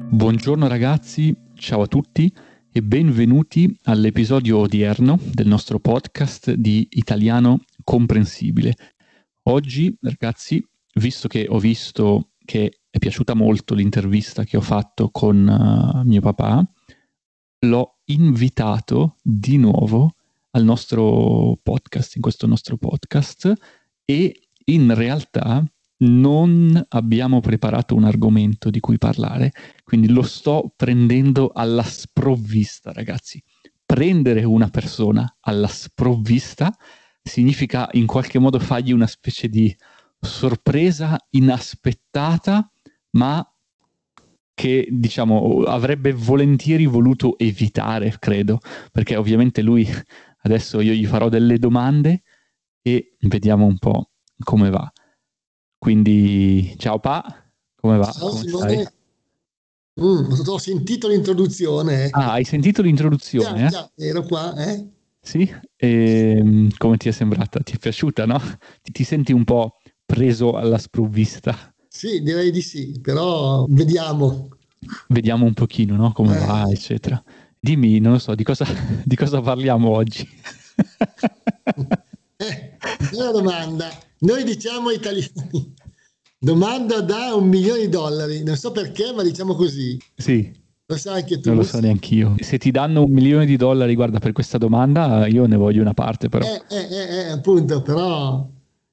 Buongiorno ragazzi, ciao a tutti e benvenuti all'episodio odierno del nostro podcast di Italiano Comprensibile. Oggi ragazzi, visto che ho visto che è piaciuta molto l'intervista che ho fatto con mio papà, l'ho invitato di nuovo al nostro podcast, in questo nostro podcast, e in realtà non abbiamo preparato un argomento di cui parlare, quindi lo sto prendendo alla sprovvista, ragazzi. Prendere una persona alla sprovvista significa in qualche modo fargli una specie di sorpresa inaspettata, ma che diciamo avrebbe volentieri voluto evitare, credo, perché ovviamente lui adesso io gli farò delle domande e vediamo un po' come va. Quindi ciao Pa, come va? Ciao Come stai? Simone. Ho sentito l'introduzione. Ah, hai sentito l'introduzione? Ero qua, eh? Sì? Come ti è sembrata? Ti è piaciuta, no? Ti senti un po' preso alla sprovvista? Sì, direi di sì, però vediamo. Vediamo un pochino, no? Come va, eccetera. Dimmi, non lo so, di cosa parliamo oggi? Bella domanda. Noi diciamo italiani. Domanda da $1.000.000. Non so perché, ma diciamo così. Sì, Lo sai anche tu? non lo so neanch'io. Se ti danno $1.000.000, guarda, per questa domanda, io ne voglio una parte, però. Appunto, però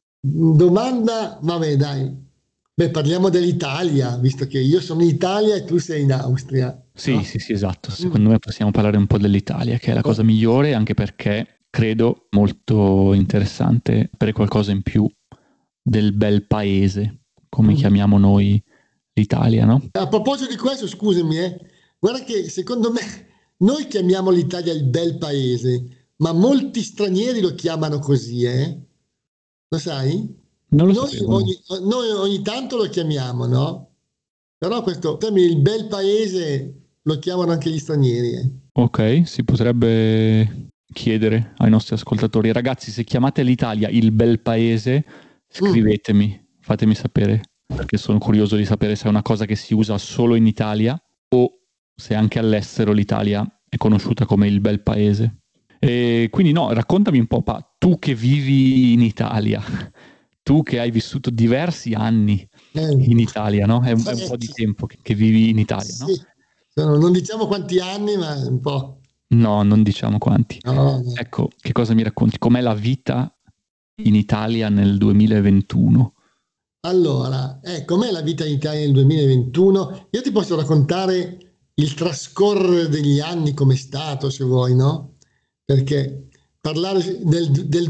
domanda, vabbè, dai. Beh, parliamo dell'Italia, visto che io sono in Italia e tu sei in Austria, Sì, no? sì, sì, esatto. Secondo me possiamo parlare un po' dell'Italia, che è la cosa Eh, migliore, anche perché credo molto interessante per qualcosa in più del bel paese, come mhm. chiamiamo noi l'Italia, no? A proposito di questo, scusami, guarda che secondo me noi chiamiamo l'Italia il bel paese, ma molti stranieri lo chiamano così, eh? Lo sai? Non lo Noi sapevo, no. ogni, noi ogni tanto lo chiamiamo, no? Però questo termine, il bel paese, lo chiamano anche gli stranieri, eh? Ok, si potrebbe chiedere ai nostri ascoltatori, ragazzi, se chiamate l'Italia il bel paese, Mm. scrivetemi, fatemi sapere, perché sono curioso di sapere se è una cosa che si usa solo in Italia o se anche all'estero l'Italia è conosciuta come il bel paese. E quindi no, raccontami un po', Pa, tu che vivi in Italia, tu che hai vissuto diversi anni Eh, in Italia, no? È un po' di parecchi, tempo che vivi in Italia, no? sì. Non diciamo quanti anni, ma un po'. No, non diciamo quanti. No, no. Ecco, che cosa mi racconti? Com'è la vita in Italia nel 2021? Allora, com'è la vita in Italia nel 2021? Io ti posso raccontare il trascorrere degli anni come è stato, se vuoi, no? Perché parlare del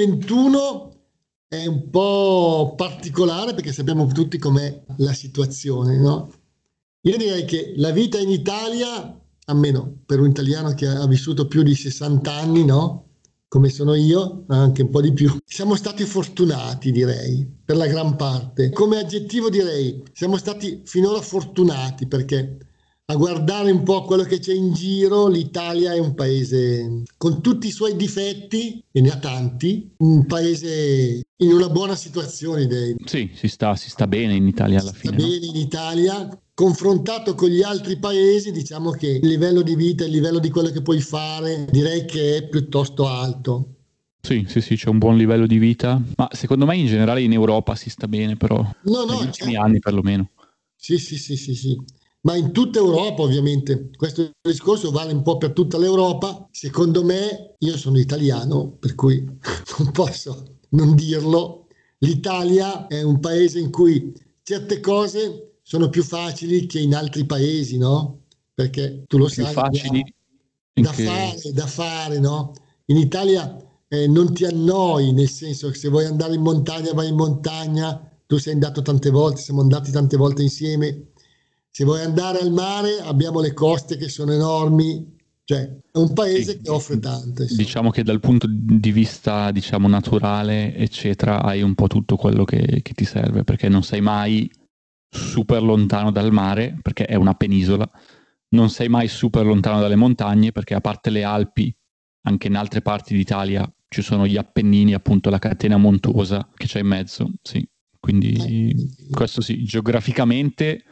2021 è un po' particolare perché sappiamo tutti com'è la situazione, no? Io direi che la vita in Italia, almeno per un italiano che ha vissuto più di 60 anni, no? Come sono io, anche un po' di più, siamo stati fortunati, direi, per la gran parte. Come aggettivo direi, siamo stati finora fortunati perché a guardare un po' quello che c'è in giro, l'Italia è un paese con tutti i suoi difetti, e ne ha tanti, un paese in una buona situazione, direi. Sì, si sta bene in Italia alla Sta fine, no? bene in Italia, confrontato con gli altri paesi, diciamo che il livello di vita, il livello di quello che puoi fare, direi che è piuttosto alto. Sì, sì, sì, c'è un buon livello di vita, ma secondo me in generale in Europa si sta bene, però No, negli no, ultimi anni perlomeno. sì, sì, sì, sì, sì. Ma in tutta Europa, ovviamente, questo discorso vale un po' per tutta l'Europa. Secondo me, io sono italiano, per cui non posso non dirlo. L'Italia è un paese in cui certe cose sono più facili che in altri paesi, no? Perché tu lo Più sai, facili abbiamo in che... da fare, no? In Italia non ti annoi, nel senso che se vuoi andare in montagna vai in montagna, tu sei andato tante volte, siamo andati tante volte insieme. Se vuoi andare al mare abbiamo le coste che sono enormi, cioè è un Sì, paese che offre tanto, insomma. diciamo che dal punto di vista, diciamo, naturale, eccetera, hai un po' tutto quello che ti serve, perché non sei mai super lontano dal mare, perché è una penisola, non sei mai super lontano dalle montagne, perché a parte le Alpi, anche in altre parti d'Italia ci sono gli Appennini, appunto la catena montuosa che c'è in mezzo, sì. Eh, Quindi questo sì, geograficamente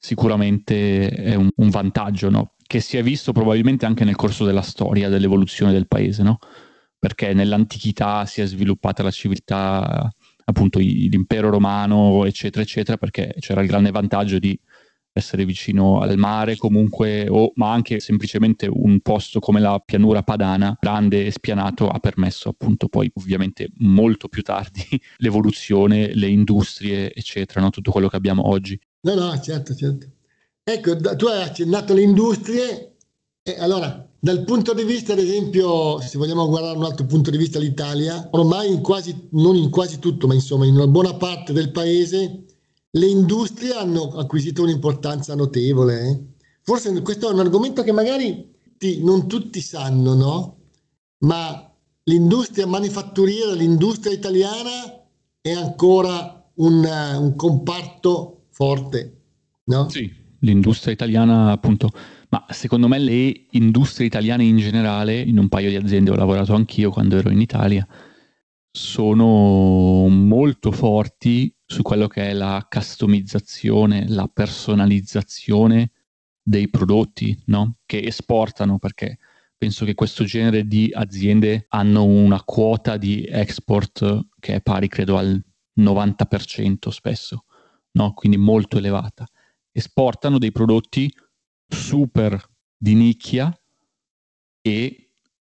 sicuramente è un vantaggio, no? Che si è visto probabilmente anche nel corso della storia, dell'evoluzione del paese, no? Perché nell'antichità si è sviluppata la civiltà, appunto l'impero romano, eccetera, eccetera, perché c'era il grande vantaggio di essere vicino al mare comunque, ma anche semplicemente un posto come la pianura padana, grande e spianato, ha permesso appunto poi ovviamente molto più tardi l'evoluzione, le industrie, eccetera, no? Tutto quello che abbiamo oggi. No, certo. Ecco, tu hai accennato le industrie, e allora, dal punto di vista, ad esempio, se vogliamo guardare un altro punto di vista l'Italia, ormai non in quasi tutto, ma insomma in una buona parte del paese, le industrie hanno acquisito un'importanza notevole. Forse questo è un argomento che magari non tutti sanno, no? Ma l'industria manifatturiera, l'industria italiana è ancora un comparto forte, no? Sì, l'industria italiana appunto, ma secondo me le industrie italiane in generale, in un paio di aziende ho lavorato anch'io quando ero in Italia, sono molto forti su quello che è la customizzazione, la personalizzazione dei prodotti, no? Che esportano, perché penso che questo genere di aziende hanno una quota di export che è pari, credo, al 90% spesso, no? Quindi molto elevata. Esportano dei prodotti super di nicchia e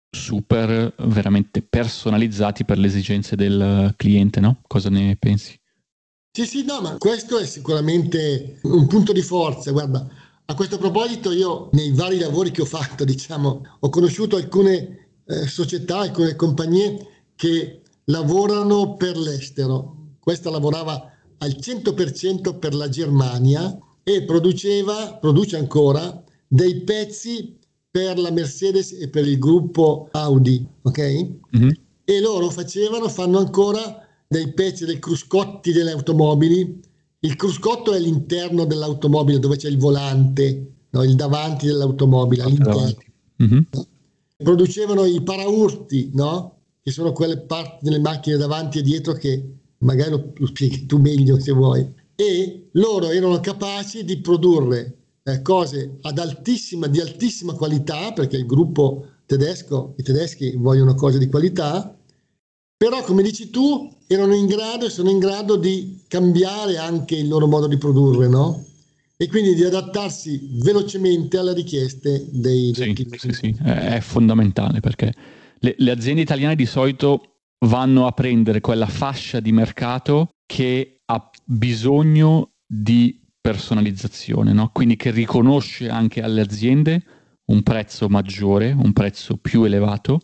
super veramente personalizzati per le esigenze del cliente, no? Cosa ne pensi? Sì, no, ma questo è sicuramente un punto di forza. Guarda, a questo proposito io nei vari lavori che ho fatto, diciamo, ho conosciuto alcune società, alcune compagnie che lavorano per l'estero. Questa lavorava al 100% per la Germania e produce ancora dei pezzi per la Mercedes e per il gruppo Audi, ok? Mm-hmm. E loro fanno ancora dei pezzi dei cruscotti delle automobili. Il cruscotto è l'interno dell'automobile dove c'è il volante, no? Il davanti dell'automobile, all'interno. Davanti. Mm-hmm. Producevano i paraurti, no? Che sono quelle parti delle macchine davanti e dietro che magari lo spieghi tu meglio se vuoi. E loro erano capaci di produrre cose di altissima qualità, perché il gruppo tedesco, i tedeschi vogliono cose di qualità, però come dici tu sono in grado di cambiare anche il loro modo di produrre, no? E quindi di adattarsi velocemente alle richieste dei Sì, sì, clienti. sì, è fondamentale perché le aziende italiane di solito vanno a prendere quella fascia di mercato che ha bisogno di personalizzazione, no? Quindi che riconosce anche alle aziende un prezzo maggiore, un prezzo più elevato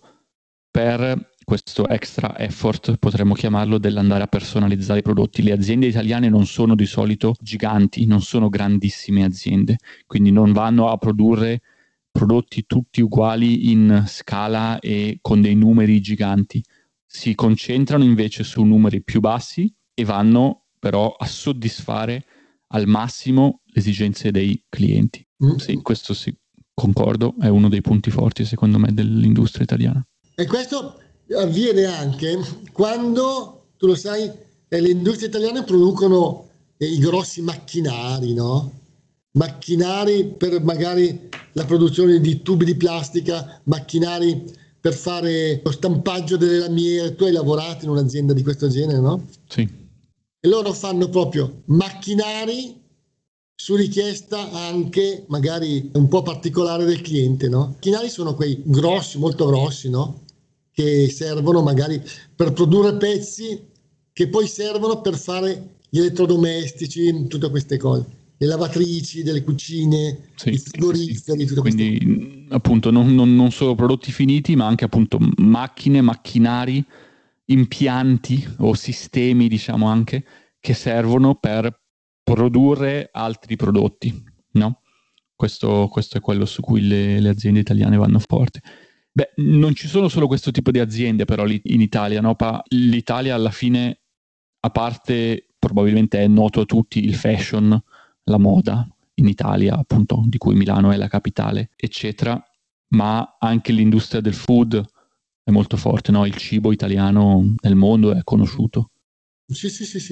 per questo extra effort, potremmo chiamarlo, dell'andare a personalizzare i prodotti. Le aziende italiane non sono di solito giganti, non sono grandissime aziende, quindi non vanno a produrre prodotti tutti uguali in scala e con dei numeri giganti. Si concentrano invece su numeri più bassi e vanno però a soddisfare al massimo le esigenze dei clienti. Sì, questo sì, concordo, è uno dei punti forti secondo me dell'industria italiana. E questo avviene anche quando, tu lo sai, le industrie italiane producono i grossi macchinari, no? Macchinari per magari la produzione di tubi di plastica, macchinari per fare lo stampaggio delle lamiere. Tu hai lavorato in un'azienda di questo genere, no? Sì. E loro fanno proprio macchinari su richiesta anche magari un po' particolare del cliente, no? I macchinari sono quei grossi, molto grossi, no? Che servono magari per produrre pezzi che poi servono per fare gli elettrodomestici, tutte queste cose. Le lavatrici delle cucine, Sì, i sì, sì. frigoriferi, tutte queste cose. Quindi appunto non solo prodotti finiti, ma anche appunto macchine, macchinari, impianti o sistemi, diciamo anche, che servono per produrre altri prodotti, no? Questo è quello su cui le aziende italiane vanno forte. Beh, non ci sono solo questo tipo di aziende però in Italia, no? L'Italia alla fine, a parte probabilmente è noto a tutti il fashion, la moda in Italia, appunto, di cui Milano è la capitale, eccetera, ma anche l'industria del food è molto forte, no? Il cibo italiano nel mondo è conosciuto. Sì.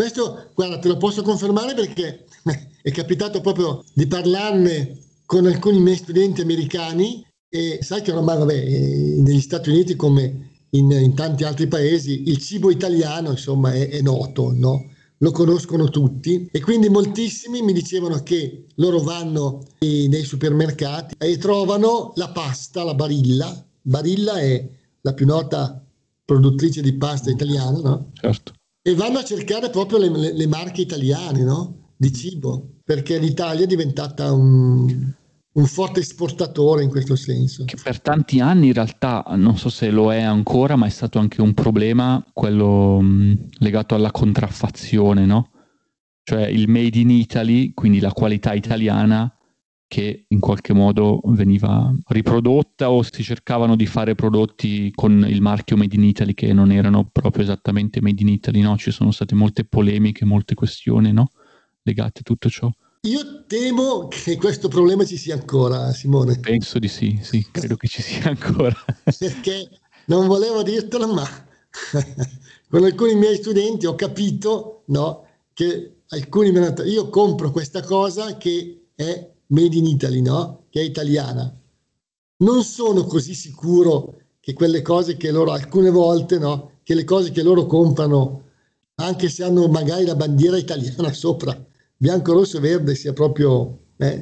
Questo, guarda, te lo posso confermare perché è capitato proprio di parlarne con alcuni miei studenti americani e sai che ormai, vabbè, negli Stati Uniti come in tanti altri paesi il cibo italiano, insomma, è noto, no? Lo conoscono tutti e quindi moltissimi mi dicevano che loro vanno nei supermercati e trovano la pasta, la Barilla. Barilla è la più nota produttrice di pasta italiana, no? Certo. E vanno a cercare proprio le marche italiane, no? Di cibo, perché l'Italia è diventata un forte esportatore in questo senso. Che per tanti anni in realtà, non so se lo è ancora, ma è stato anche un problema quello legato alla contraffazione, no? Cioè il made in Italy, quindi la qualità italiana che in qualche modo veniva riprodotta o si cercavano di fare prodotti con il marchio Made in Italy che non erano proprio esattamente Made in Italy, no? Ci sono state molte polemiche, molte questioni, no? Legate a tutto ciò. Io temo che questo problema ci sia ancora, Simone. Penso di sì, credo che ci sia ancora. Perché non volevo dirtelo, ma con alcuni miei studenti ho capito, no, che alcuni mi hanno detto, io compro questa cosa che è made in Italy, no? Che è italiana. Non sono così sicuro che quelle cose che loro, alcune volte, no? Che le cose che loro comprano, anche se hanno magari la bandiera italiana sopra, bianco, rosso e verde, sia proprio...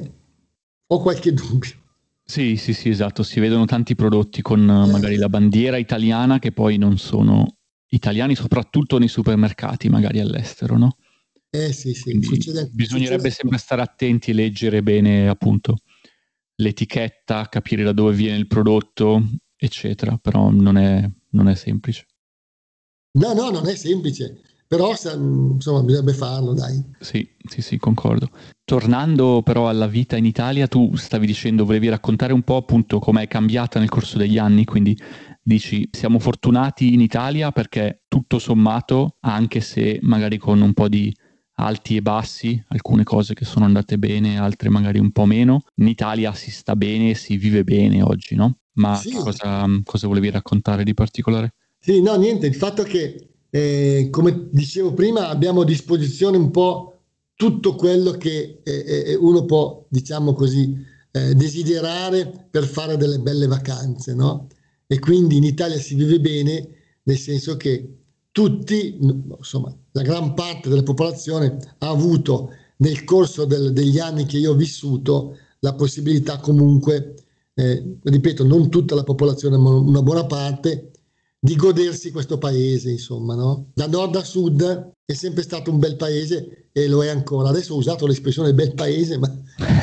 ho qualche dubbio. Sì, esatto. Si vedono tanti prodotti con magari la bandiera italiana che poi non sono italiani, soprattutto nei supermercati, magari all'estero, no? Sì, Quindi bisognerebbe sempre stare attenti e leggere bene, appunto, l'etichetta, capire da dove viene il prodotto, eccetera. Però non è semplice. No, non è semplice, però insomma bisognerebbe farlo, dai. Sì, concordo. Tornando però alla vita in Italia, tu stavi dicendo, volevi raccontare un po' appunto com'è cambiata nel corso degli anni, quindi dici siamo fortunati in Italia perché tutto sommato, anche se magari con un po' di alti e bassi, alcune cose che sono andate bene, altre magari un po' meno, in Italia si sta bene, si vive bene oggi, no? Ma Sì, cosa volevi raccontare di particolare? sì, no, niente, il fatto che, come dicevo prima, abbiamo a disposizione un po' tutto quello che uno può, diciamo così, desiderare per fare delle belle vacanze, no? E quindi in Italia si vive bene, nel senso che tutti, insomma, la gran parte della popolazione ha avuto nel corso degli anni che io ho vissuto la possibilità comunque, ripeto, non tutta la popolazione, ma una buona parte, di godersi questo paese, insomma, no? Da nord a sud è sempre stato un bel paese e lo è ancora. Adesso ho usato l'espressione bel paese, ma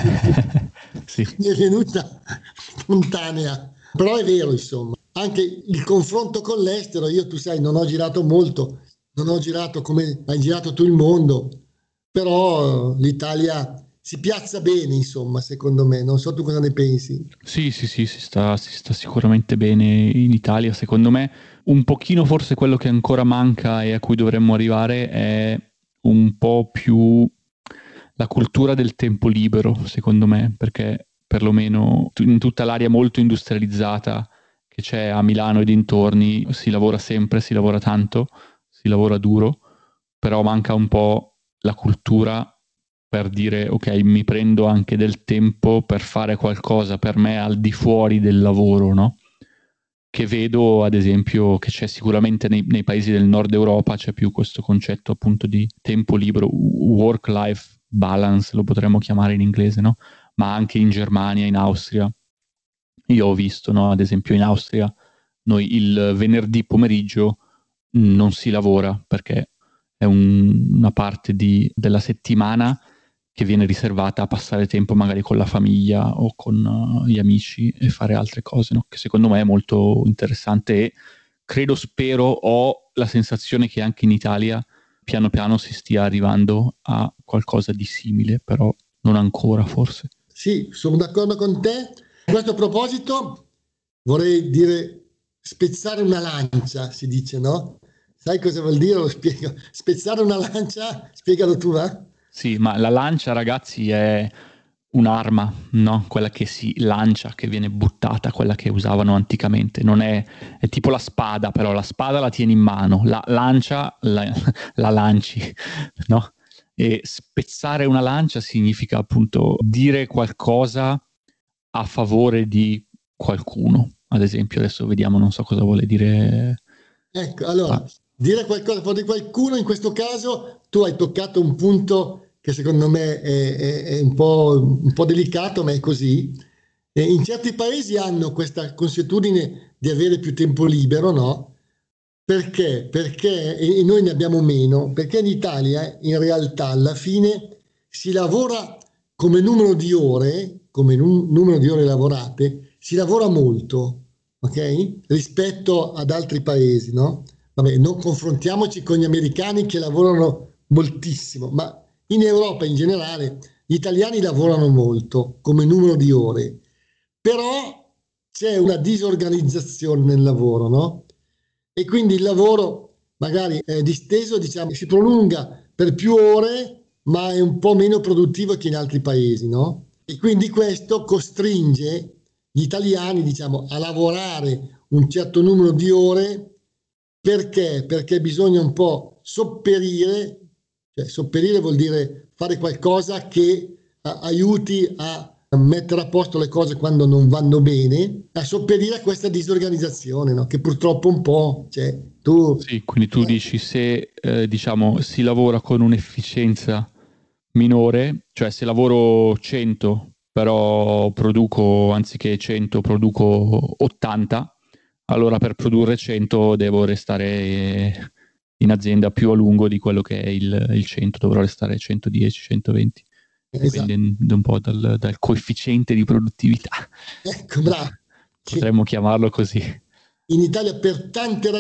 Sì. mi è venuta spontanea. Però è vero, insomma. Anche il confronto con l'estero, io tu sai, non ho girato molto, non ho girato come hai girato tu il mondo, però l'Italia si piazza bene, insomma, secondo me. Non so tu cosa ne pensi. Sì, si sta sicuramente bene in Italia, secondo me. Un pochino forse quello che ancora manca e a cui dovremmo arrivare è un po' più la cultura del tempo libero, secondo me, perché perlomeno in tutta l'area molto industrializzata che c'è a Milano e dintorni si lavora sempre, si lavora tanto, si lavora duro, però manca un po' la cultura per dire ok, mi prendo anche del tempo per fare qualcosa per me al di fuori del lavoro, no? Che vedo ad esempio che c'è sicuramente nei paesi del nord Europa, c'è più questo concetto appunto di tempo libero, work-life balance lo potremmo chiamare in inglese, no? Ma anche in Germania, in Austria. Io ho visto, no? Ad esempio in Austria, noi il venerdì pomeriggio non si lavora perché è una parte della settimana che viene riservata a passare tempo magari con la famiglia o con gli amici e fare altre cose, no? Che secondo me è molto interessante e spero, ho la sensazione che anche in Italia piano piano si stia arrivando a qualcosa di simile, però non ancora forse. Sì, sono d'accordo con te. A questo proposito vorrei dire spezzare una lancia, si dice, no? Sai cosa vuol dire? Lo spiego. Spezzare una lancia, spiegalo tu, va? Sì, ma la lancia, ragazzi, è un'arma, no? Quella che si lancia, che viene buttata, quella che usavano anticamente. Non è tipo la spada, però la spada la tieni in mano, la lancia la lanci, no? E spezzare una lancia significa appunto dire qualcosa a favore di qualcuno. Ad esempio, adesso vediamo, non so cosa vuole dire. Ecco, allora, dire qualcosa fuori di qualcuno, in questo caso tu hai toccato un punto che secondo me è un po' delicato, ma è così. In certi paesi hanno questa consuetudine di avere più tempo libero, no? Perché? Perché, e noi ne abbiamo meno, perché in Italia in realtà alla fine si lavora come numero di ore, come numero di ore lavorate, si lavora molto, ok? Rispetto ad altri paesi, no? Vabbè, non confrontiamoci con gli americani che lavorano moltissimo, ma in Europa in generale gli italiani lavorano molto come numero di ore, però c'è una disorganizzazione nel lavoro, no? E quindi il lavoro magari è disteso, diciamo, si prolunga per più ore, ma è un po' meno produttivo che in altri paesi, no? E quindi questo costringe gli italiani, diciamo, a lavorare un certo numero di ore. Perché? Perché bisogna un po' sopperire, cioè sopperire vuol dire fare qualcosa che aiuti a mettere a posto le cose quando non vanno bene, a sopperire a questa disorganizzazione, no? Che purtroppo un po' c'è. Tu, Sì, quindi tu dici se diciamo si lavora con un'efficienza minore, cioè se lavoro 100 però produco anziché 100 produco 80, allora per produrre 100 devo restare in azienda più a lungo di quello che è il 100, dovrò restare 110, 120. esatto, Dipende un po' dal coefficiente di produttività. ecco, bravo. Potremmo chiamarlo così. In Italia per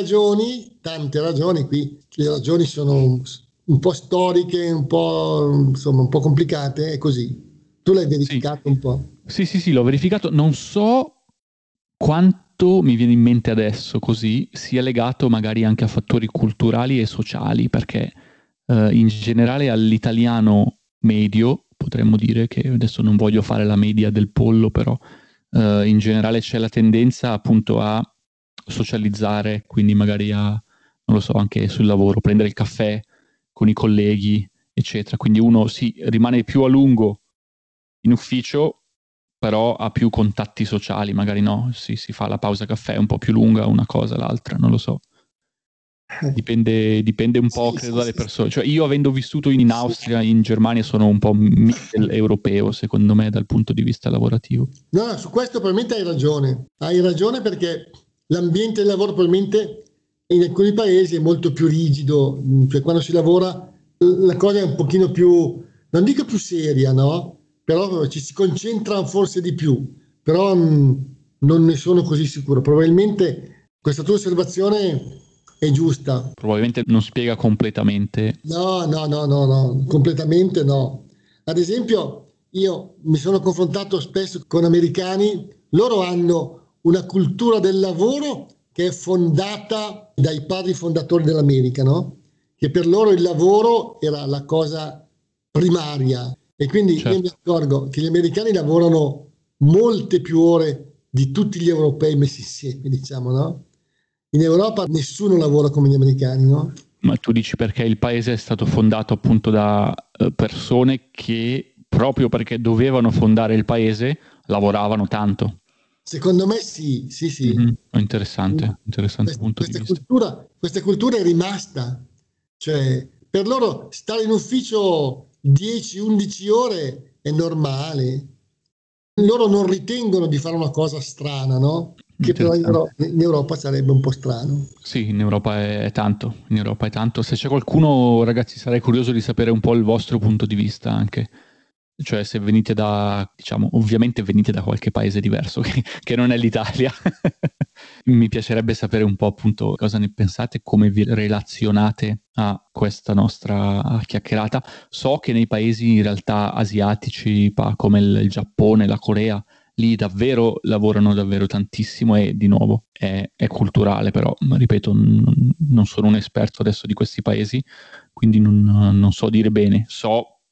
tante ragioni, qui le ragioni sono un po' storiche, un po', insomma, un po' complicate, è così. Tu l'hai Sì, verificato un po'. sì, l'ho verificato. Non so quanto mi viene in mente adesso così sia legato magari anche a fattori culturali e sociali, perché in generale all'italiano medio, potremmo dire che adesso non voglio fare la media del pollo, però in generale c'è la tendenza appunto a socializzare, quindi magari a, non lo so, anche sul lavoro, prendere il caffè con i colleghi, eccetera. Quindi uno sì, rimane più a lungo in ufficio, però ha più contatti sociali, magari no, si fa la pausa caffè un po' più lunga, una cosa l'altra, non lo so. Dipende un po', Sì, credo, sì, dalle sì, persone. Cioè, io avendo vissuto in Austria, in Germania, sono un po' middle europeo, secondo me, dal punto di vista lavorativo. no, su questo probabilmente hai ragione. Hai ragione perché l'ambiente del lavoro probabilmente in alcuni paesi è molto più rigido, cioè quando si lavora la cosa è un pochino più, non dico più seria, no? Però ci si concentra forse di più, però non ne sono così sicuro. Probabilmente questa tua osservazione è giusta. Probabilmente non spiega completamente. No, no, no, no, no, completamente no. Ad esempio, io mi sono confrontato spesso con americani, loro hanno una cultura del lavoro che è fondata dai padri fondatori dell'America, no? Che per loro il lavoro era la cosa primaria. E quindi io mi Certo. accorgo che gli americani lavorano molte più ore di tutti gli europei messi insieme, diciamo, no? In Europa nessuno lavora come gli americani, no? Ma tu dici perché il paese è stato fondato appunto da persone che, proprio perché dovevano fondare il paese, lavoravano tanto. Secondo me sì, sì, sì. Mhm. Interessante punto di vista. Questa cultura è rimasta, cioè per loro stare in ufficio 10-11 ore è normale. Loro non ritengono di fare una cosa strana, no? Che però Interessante. In Europa sarebbe un po' strano. Sì, in Europa è tanto, in Europa è tanto. Se c'è qualcuno, ragazzi, sarei curioso di sapere un po' il vostro punto di vista anche. Cioè, se venite da, diciamo, ovviamente venite da qualche paese diverso, che non è l'Italia. Mi piacerebbe sapere un po' appunto cosa ne pensate, come vi relazionate a questa nostra chiacchierata. So che nei paesi in realtà asiatici, come il Giappone, la Corea, lì davvero lavorano davvero tantissimo e di nuovo è culturale, però ripeto, non sono un esperto adesso di questi paesi, quindi non so dire bene. So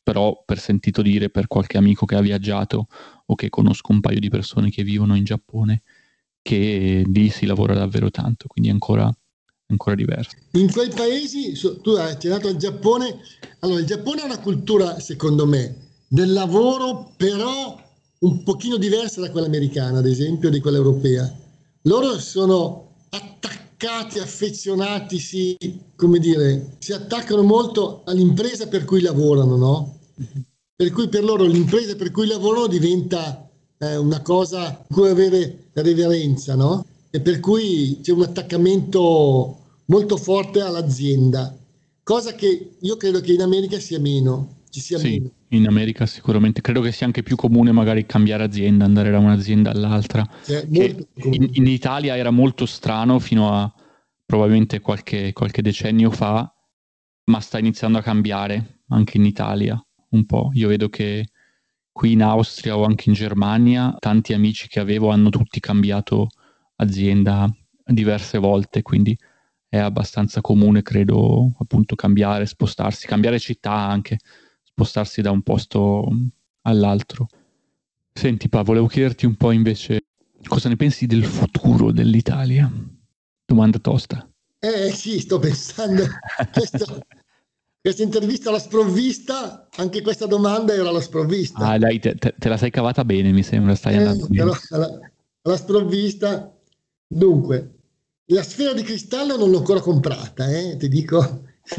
però per sentito dire, per qualche amico che ha viaggiato o che conosco un paio di persone che vivono in Giappone, che lì si lavora davvero tanto, quindi è ancora diverso. In quei paesi, tu hai accennato al Giappone, allora il Giappone ha una cultura, secondo me, del lavoro, però un pochino diversa da quella americana, ad esempio, di quella europea. Loro sono attaccati, affezionati, come dire, si attaccano molto all'impresa per cui lavorano, no? Per cui per loro l'impresa per cui lavorano diventa una cosa a cui avere reverenza, no? E per cui c'è un attaccamento molto forte all'azienda, cosa che io credo che in America sia meno, ci sia Sì, meno. in America sicuramente. Credo che sia anche più comune magari cambiare azienda, andare da un'azienda all'altra, Cioè, che molto in comune. Italia era molto strano fino a probabilmente qualche decennio fa, ma sta iniziando a cambiare anche in Italia un po'. Io vedo che qui in Austria o anche in Germania tanti amici che avevo hanno tutti cambiato azienda diverse volte, quindi è abbastanza comune, credo, appunto cambiare, spostarsi, cambiare città anche, spostarsi da un posto all'altro. Senti Pa, volevo chiederti un po' invece cosa ne pensi del futuro dell'Italia? Domanda tosta. Sì, sto pensando, questo- questa intervista alla sprovvista, anche questa domanda era alla sprovvista. Ah, dai, te la sei cavata bene, mi sembra, stai andando Però bene. alla sprovvista. Dunque, la sfera di cristallo non l'ho ancora comprata, ti dico.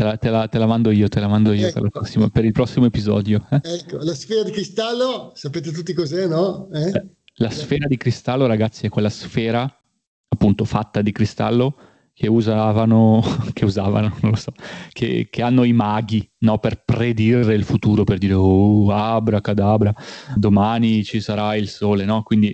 Te la mando io Ecco, per il prossimo episodio. ecco, la sfera di cristallo, sapete tutti cos'è, no? La sfera di cristallo, ragazzi, è quella sfera appunto fatta di cristallo che usavano, non lo so, che hanno i maghi, no, per predire il futuro, per dire, oh, abracadabra, domani ci sarà il sole, no? Quindi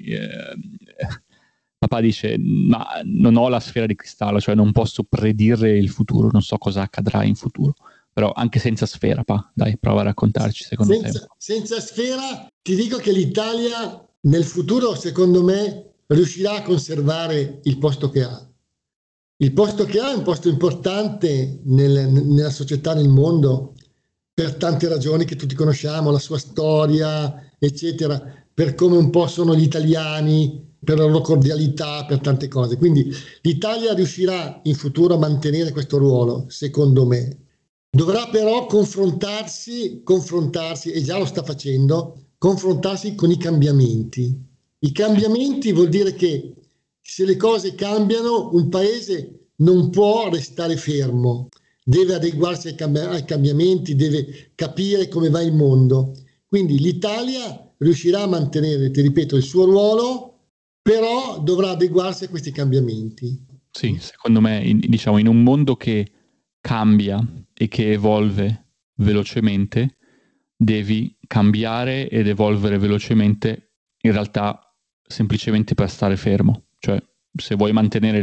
papà dice, ma non ho la sfera di cristallo, cioè non posso predire il futuro, non so cosa accadrà in futuro. Però anche senza sfera, pa, dai, prova a raccontarci secondo te. Senza sfera, ti dico che l'Italia nel futuro, secondo me, riuscirà a conservare il posto che ha. Il posto che ha è un posto importante nella società, nel mondo, per tante ragioni che tutti conosciamo, la sua storia, eccetera, per come un po' sono gli italiani, per la loro cordialità, per tante cose. Quindi l'Italia riuscirà in futuro a mantenere questo ruolo, secondo me. Dovrà però confrontarsi, e già lo sta facendo, confrontarsi con i cambiamenti. I cambiamenti vuol dire che se le cose cambiano, un paese non può restare fermo, deve adeguarsi ai cambiamenti, deve capire come va il mondo. Quindi l'Italia riuscirà a mantenere, ti ripeto, il suo ruolo, però dovrà adeguarsi a questi cambiamenti. Sì, secondo me, diciamo, in un mondo che cambia e che evolve velocemente, devi cambiare ed evolvere velocemente, in realtà semplicemente per stare fermo. Cioè, se vuoi mantenere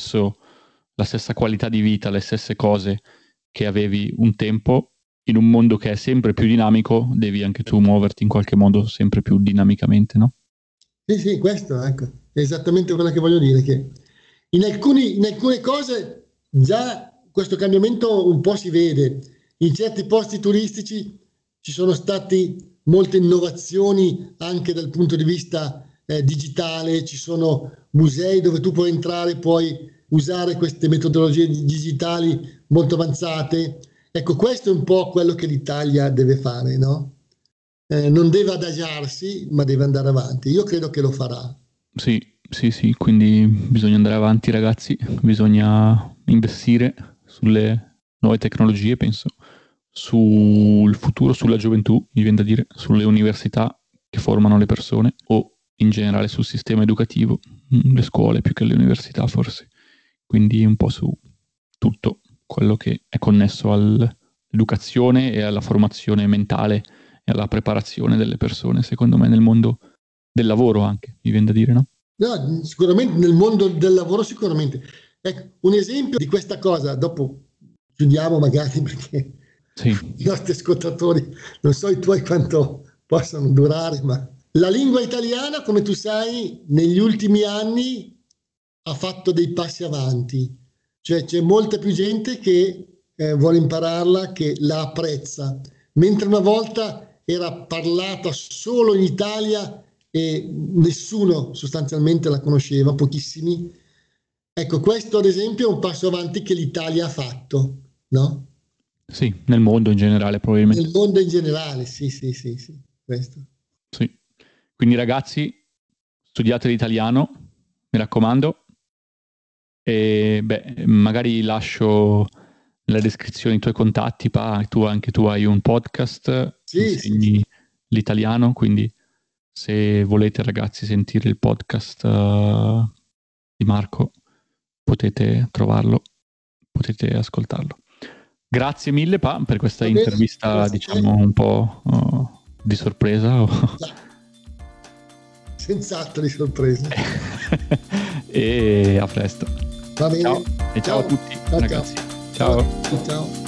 la stessa qualità di vita, le stesse cose che avevi un tempo, in un mondo che è sempre più dinamico, devi anche tu muoverti in qualche modo sempre più dinamicamente, no? Sì, sì, questo ecco, è esattamente quello che voglio dire, che in alcune cose già questo cambiamento un po' si vede. In certi posti turistici ci sono state molte innovazioni anche dal punto di vista digitale, ci sono musei dove tu puoi entrare, puoi usare queste metodologie digitali molto avanzate. Ecco, questo è un po' quello che l'Italia deve fare, no? Non deve adagiarsi, ma deve andare avanti. Io credo che lo farà. Sì, sì, sì, quindi bisogna andare avanti ragazzi, bisogna investire sulle nuove tecnologie, penso, sul futuro, sulla gioventù, mi viene da dire, sulle università che formano le persone o in generale sul sistema educativo, le scuole più che le università forse. Quindi un po' su tutto quello che è connesso all'educazione e alla formazione mentale e alla preparazione delle persone, secondo me, nel mondo del lavoro anche, mi viene da dire, no? No, sicuramente nel mondo del lavoro, sicuramente. Ecco, un esempio di questa cosa, dopo chiudiamo magari perché Sì, i nostri ascoltatori, non so i tuoi quanto possano durare, ma la lingua italiana, come tu sai, negli ultimi anni ha fatto dei passi avanti, cioè c'è molta più gente che vuole impararla, che la apprezza. mentre una volta era parlata solo in Italia e nessuno sostanzialmente la conosceva, pochissimi. Ecco, questo ad esempio è un passo avanti che l'Italia ha fatto, no? Sì, nel mondo in generale probabilmente. Nel mondo in generale, sì, questo. Sì. Quindi ragazzi, studiate l'italiano, mi raccomando, e magari lascio nella descrizione i tuoi contatti, anche tu hai un podcast, Sì, insegni l'italiano, quindi se volete ragazzi sentire il podcast di Marco potete trovarlo, potete ascoltarlo. Grazie mille per questa Va bene, intervista, grazie a te. diciamo un po' di sorpresa. Senz'altro di sorpresa. E a presto. Va bene. Ciao e ciao a tutti Ciao, ragazzi. ciao. Ciao. Ciao.